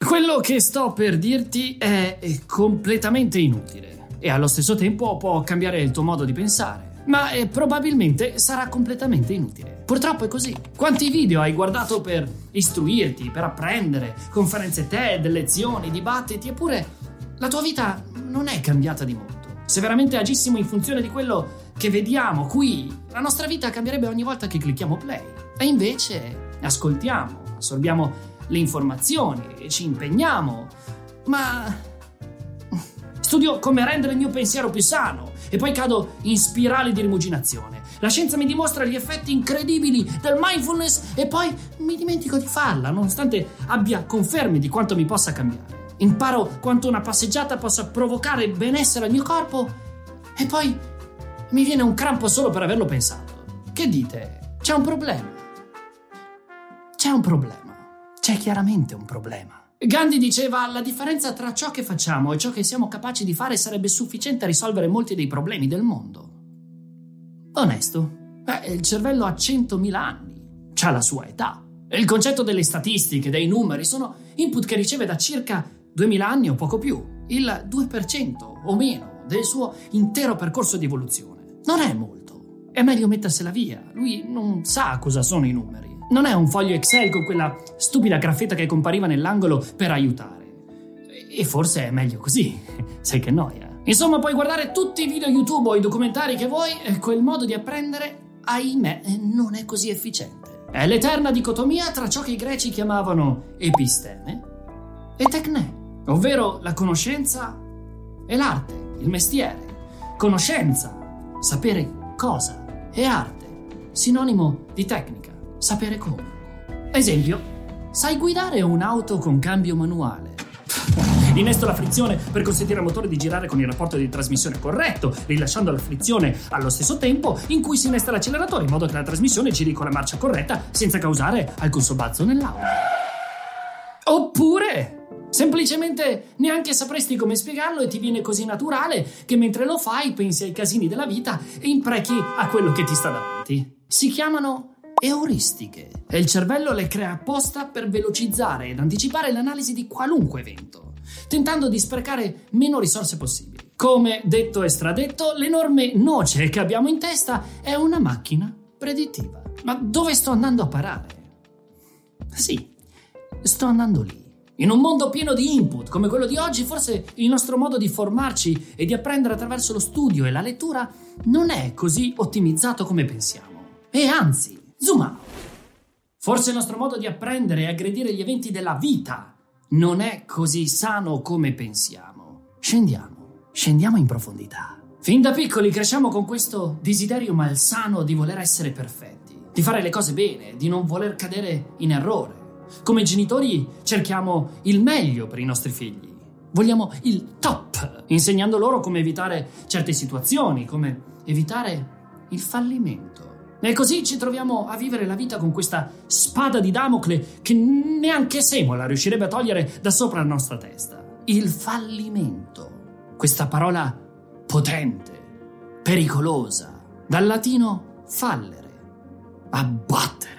Quello che sto per dirti è completamente inutile e allo stesso tempo può cambiare il tuo modo di pensare, ma probabilmente sarà completamente inutile. Purtroppo è così. Quanti video hai guardato per istruirti, per apprendere, conferenze TED, lezioni, dibattiti, eppure la tua vita non è cambiata di molto. Se veramente agissimo in funzione di quello che vediamo qui, la nostra vita cambierebbe ogni volta che clicchiamo play. E invece ascoltiamo, assorbiamo le informazioni e ci impegniamo, ma studio come rendere il mio pensiero più sano e poi cado in spirali di rimuginazione. La scienza mi dimostra gli effetti incredibili del mindfulness e poi mi dimentico di farla, nonostante abbia conferme di quanto mi possa cambiare. Imparo quanto una passeggiata possa provocare benessere al mio corpo e poi mi viene un crampo solo per averlo pensato. Che dite? C'è un problema. C'è un problema. C'è chiaramente un problema. Gandhi diceva: la differenza tra ciò che facciamo e ciò che siamo capaci di fare sarebbe sufficiente a risolvere molti dei problemi del mondo. Onesto. Il cervello ha 100.000 anni. C'ha la sua età. Il concetto delle statistiche, dei numeri, sono input che riceve da circa 2.000 anni o poco più. Il 2% o meno del suo intero percorso di evoluzione. Non è molto. È meglio mettersela via. Lui non sa cosa sono i numeri. Non è un foglio Excel con quella stupida graffetta che compariva nell'angolo per aiutare. E forse è meglio così. Sai che noia. Insomma, puoi guardare tutti i video YouTube o i documentari che vuoi, e quel modo di apprendere, ahimè, non è così efficiente. È l'eterna dicotomia tra ciò che i greci chiamavano episteme e tecne, ovvero la conoscenza e l'arte, il mestiere. Conoscenza, sapere cosa, e arte, sinonimo di tecnica. Sapere come. Esempio, sai guidare un'auto con cambio manuale? Innesto la frizione per consentire al motore di girare con il rapporto di trasmissione corretto, rilasciando la frizione allo stesso tempo in cui si innesta l'acceleratore, in modo che la trasmissione giri con la marcia corretta senza causare alcun sobbalzo nell'auto. Oppure semplicemente neanche sapresti come spiegarlo e ti viene così naturale che mentre lo fai pensi ai casini della vita e imprechi a quello che ti sta davanti. Si chiamano euristiche e il cervello le crea apposta per velocizzare ed anticipare l'analisi di qualunque evento, tentando di sprecare meno risorse possibili. Come detto e stradetto, l'enorme noce che abbiamo in testa è una macchina predittiva. Ma dove sto andando a parare? Sì, sto andando lì. In un mondo pieno di input come quello di oggi, forse il nostro modo di formarci e di apprendere attraverso lo studio e la lettura non è così ottimizzato come pensiamo. E anzi, zoom out. Forse il nostro modo di apprendere e aggredire gli eventi della vita non è così sano come pensiamo. Scendiamo in profondità. Fin da piccoli cresciamo con questo desiderio malsano di voler essere perfetti, di fare le cose bene, di non voler cadere in errore. Come genitori cerchiamo il meglio per i nostri figli. Vogliamo il top, insegnando loro come evitare certe situazioni, come evitare il fallimento. E così ci troviamo a vivere la vita con questa spada di Damocle che neanche Semola riuscirebbe a togliere da sopra la nostra testa. Il fallimento. Questa parola potente, pericolosa. Dal latino fallere, abbattere.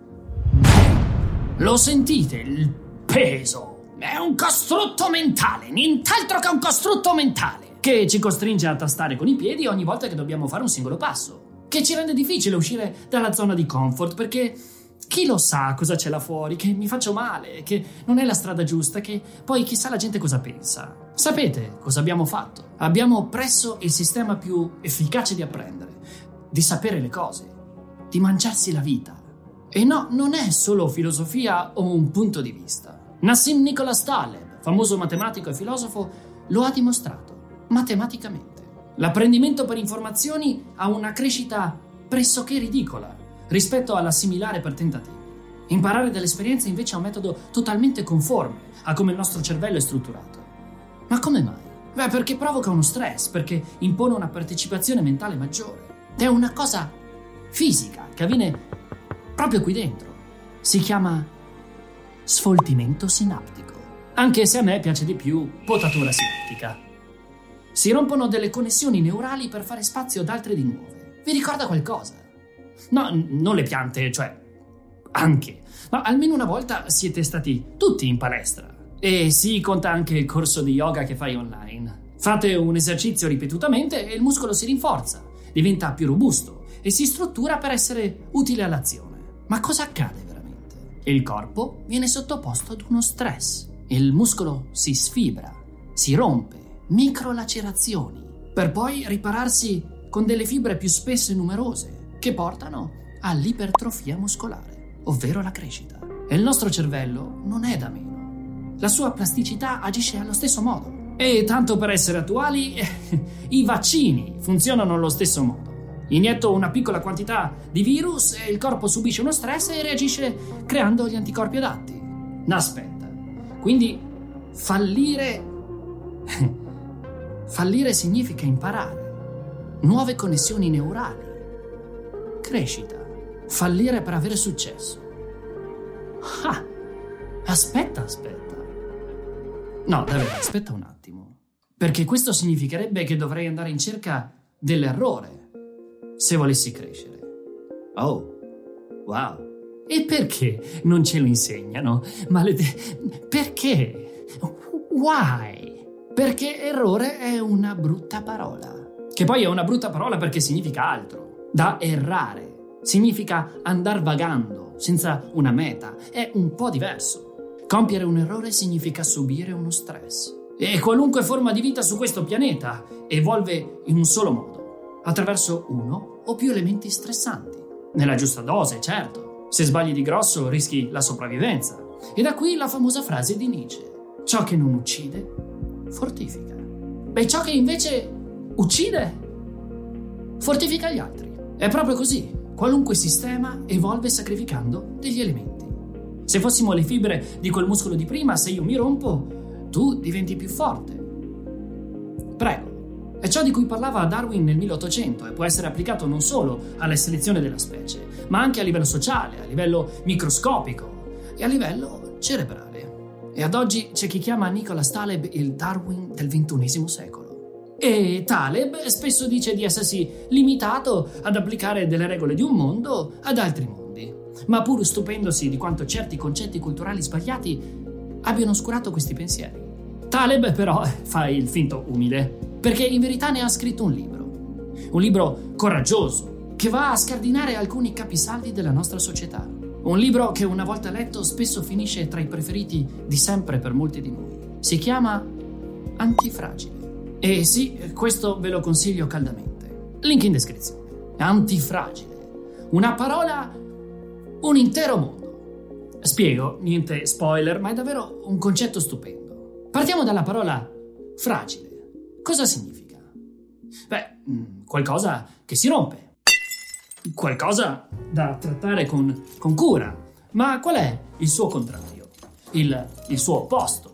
Lo sentite il peso? È un costrutto mentale, nient'altro che un costrutto mentale, che ci costringe a tastare con i piedi ogni volta che dobbiamo fare un singolo passo. Che ci rende difficile uscire dalla zona di comfort, perché chi lo sa cosa c'è là fuori, che mi faccio male, che non è la strada giusta, che poi chissà la gente cosa pensa. Sapete cosa abbiamo fatto? Abbiamo oppresso il sistema più efficace di apprendere, di sapere le cose, di mangiarsi la vita. E no, non è solo filosofia o un punto di vista. Nassim Nicholas Taleb, famoso matematico e filosofo, lo ha dimostrato matematicamente. L'apprendimento per informazioni ha una crescita pressoché ridicola rispetto all'assimilare per tentativi. Imparare dall'esperienza invece è un metodo totalmente conforme a come il nostro cervello è strutturato. Ma come mai? Perché provoca uno stress, perché impone una partecipazione mentale maggiore. È una cosa fisica che avviene proprio qui dentro. Si chiama sfoltimento sinaptico, anche se a me piace di più potatura sinaptica. Si rompono delle connessioni neurali per fare spazio ad altre di nuove. Vi ricorda qualcosa? No, non le piante, cioè anche. Ma almeno una volta siete stati tutti in palestra. E sì, conta anche il corso di yoga che fai online. Fate un esercizio ripetutamente e il muscolo si rinforza, diventa più robusto e si struttura per essere utile all'azione. Ma cosa accade veramente? Il corpo viene sottoposto ad uno stress. Il muscolo si sfibra, si rompe, microlacerazioni, per poi ripararsi con delle fibre più spesse e numerose che portano all'ipertrofia muscolare, ovvero la crescita. E il nostro cervello non è da meno. La sua plasticità agisce allo stesso modo. E tanto per essere attuali, i vaccini funzionano allo stesso modo. Inietto una piccola quantità di virus e il corpo subisce uno stress e reagisce creando gli anticorpi adatti. Aspetta, quindi fallire significa imparare, nuove connessioni neurali, crescita, fallire per avere successo. Ah, aspetta. No, davvero, aspetta un attimo. Perché questo significherebbe che dovrei andare in cerca dell'errore se volessi crescere. Oh, wow. E perché non ce lo insegnano? Perché? Why? Perché errore è una brutta parola. Che poi è una brutta parola perché significa altro. Da errare. Significa andar vagando, senza una meta. È un po' diverso. Compiere un errore significa subire uno stress. E qualunque forma di vita su questo pianeta evolve in un solo modo, attraverso uno o più elementi stressanti. Nella giusta dose, certo. Se sbagli di grosso rischi la sopravvivenza. E da qui la famosa frase di Nietzsche. Ciò che non uccide, fortifica. E ciò che invece uccide, fortifica gli altri. È proprio così. Qualunque sistema evolve sacrificando degli elementi. Se fossimo le fibre di quel muscolo di prima, se io mi rompo, tu diventi più forte. Prego. È ciò di cui parlava Darwin nel 1800 e può essere applicato non solo alla selezione della specie, ma anche a livello sociale, a livello microscopico e a livello cerebrale. E ad oggi c'è chi chiama Nicholas Taleb il Darwin del XXI secolo. E Taleb spesso dice di essersi limitato ad applicare delle regole di un mondo ad altri mondi, ma pur stupendosi di quanto certi concetti culturali sbagliati abbiano oscurato questi pensieri. Taleb però fa il finto umile, perché in verità ne ha scritto un libro coraggioso, che va a scardinare alcuni capisaldi della nostra società. Un libro che una volta letto spesso finisce tra i preferiti di sempre per molti di noi. Si chiama Antifragile. E sì, questo ve lo consiglio caldamente. Link in descrizione. Antifragile. Una parola, un intero mondo. Spiego, niente spoiler, ma è davvero un concetto stupendo. Partiamo dalla parola fragile. Cosa significa? Beh, qualcosa che si rompe. Qualcosa da trattare con cura. Ma qual è il suo contrario? Il suo opposto?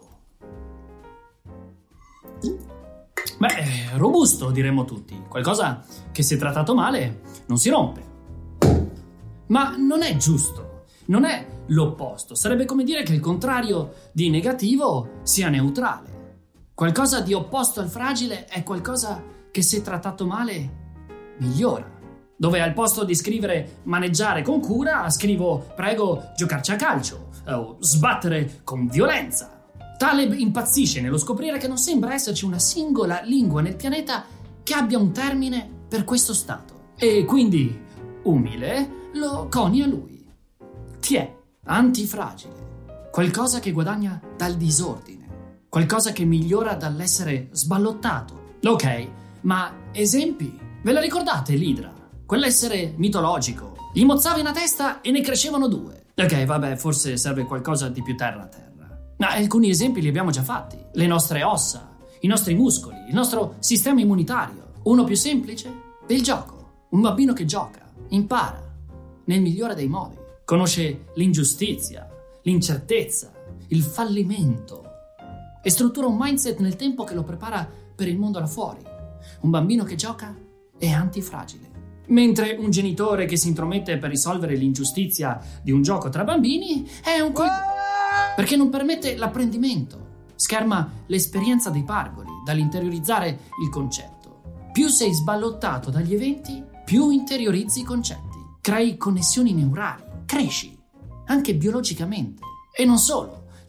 Beh, robusto, diremmo tutti. Qualcosa che, se trattato male, non si rompe. Ma non è giusto, non è l'opposto. Sarebbe come dire che il contrario di negativo sia neutrale. Qualcosa di opposto al fragile è qualcosa che, se trattato male, migliora. Dove al posto di scrivere maneggiare con cura, scrivo prego giocarci a calcio o sbattere con violenza. Taleb impazzisce nello scoprire che non sembra esserci una singola lingua nel pianeta che abbia un termine per questo stato. E quindi, umile, lo conia lui. Tiè, antifragile. Qualcosa che guadagna dal disordine. Qualcosa che migliora dall'essere sballottato. Ok, ma esempi? Ve la ricordate l'idra? Quell'essere mitologico. Gli mozzava una testa e ne crescevano due. Ok, vabbè, forse serve qualcosa di più terra a terra. Ma alcuni esempi li abbiamo già fatti. Le nostre ossa, i nostri muscoli, il nostro sistema immunitario. Uno più semplice? Il gioco. Un bambino che gioca, impara, nel migliore dei modi. Conosce l'ingiustizia, l'incertezza, il fallimento e struttura un mindset nel tempo che lo prepara per il mondo là fuori. Un bambino che gioca è antifragile. Mentre un genitore che si intromette per risolvere l'ingiustizia di un gioco tra bambini è un perché non permette l'apprendimento, scherma l'esperienza dei pargoli dall'interiorizzare il concetto. Più sei sballottato dagli eventi, più interiorizzi i concetti, crei connessioni neurali, cresci, anche biologicamente. E non solo, gli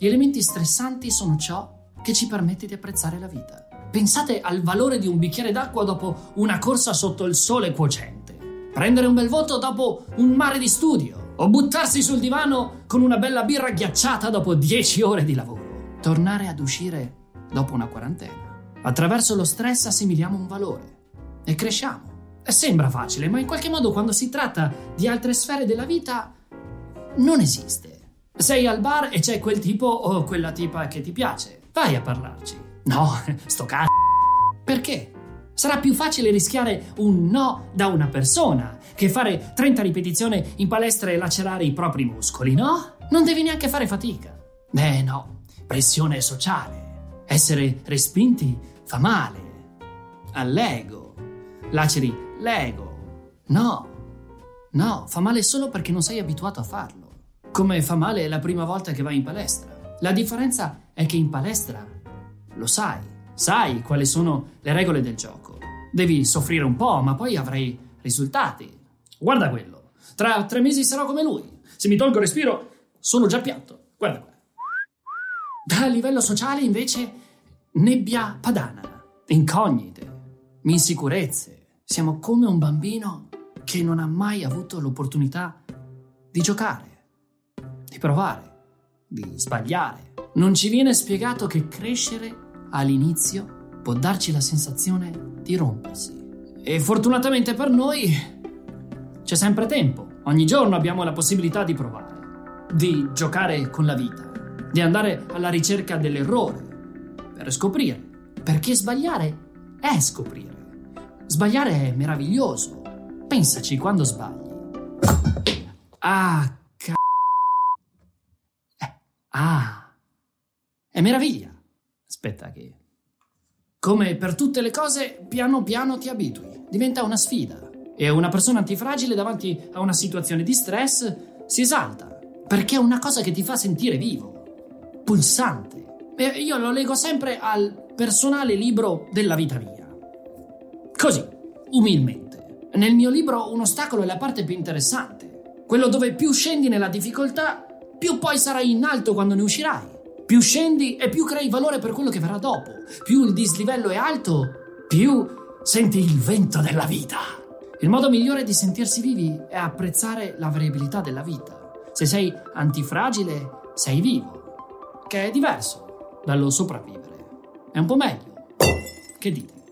gli elementi stressanti sono ciò che ci permette di apprezzare la vita. Pensate al valore di un bicchiere d'acqua dopo una corsa sotto il sole cocente, prendere un bel voto dopo un mare di studio, o buttarsi sul divano con una bella birra ghiacciata dopo 10 ore di lavoro. Tornare ad uscire dopo una quarantena. Attraverso lo stress assimiliamo un valore e cresciamo. E sembra facile, ma in qualche modo quando si tratta di altre sfere della vita non esiste. Sei al bar e c'è quel tipo o quella tipa che ti piace. Vai a parlarci. No, sto c***o. Perché? Sarà più facile rischiare un no da una persona che fare 30 ripetizioni in palestra e lacerare i propri muscoli, no? Non devi neanche fare fatica. No, pressione sociale. Essere respinti fa male. All'ego. Laceri l'ego. No, fa male solo perché non sei abituato a farlo. Come fa male la prima volta che vai in palestra. La differenza è che in palestra lo sai quali sono le regole del gioco. Devi soffrire un po', ma poi avrai risultati. Guarda quello. Tra 3 mesi sarò come lui. Se mi tolgo il respiro, sono già piatto. Guarda qua. A livello sociale, invece, nebbia padana, incognite, insicurezze. Siamo come un bambino che non ha mai avuto l'opportunità di giocare, di provare, di sbagliare. Non ci viene spiegato che crescere all'inizio può darci la sensazione di rompersi. E fortunatamente per noi c'è sempre tempo. Ogni giorno abbiamo la possibilità di provare, di giocare con la vita, di andare alla ricerca dell'errore per scoprire. Perché sbagliare è scoprire. Sbagliare è meraviglioso. Pensaci quando sbagli. È meraviglia. Aspetta che... Come per tutte le cose, piano piano ti abitui. Diventa una sfida. E una persona antifragile davanti a una situazione di stress si esalta. Perché è una cosa che ti fa sentire vivo, pulsante. E io lo leggo sempre al personale libro della vita mia. Così, umilmente. Nel mio libro un ostacolo è la parte più interessante. Quello dove più scendi nella difficoltà, più poi sarai in alto quando ne uscirai. Più scendi e più crei valore per quello che verrà dopo. Più il dislivello è alto, più senti il vento della vita. Il modo migliore di sentirsi vivi è apprezzare la variabilità della vita. Se sei antifragile, sei vivo, che è diverso dallo sopravvivere. È un po' meglio. Che dite?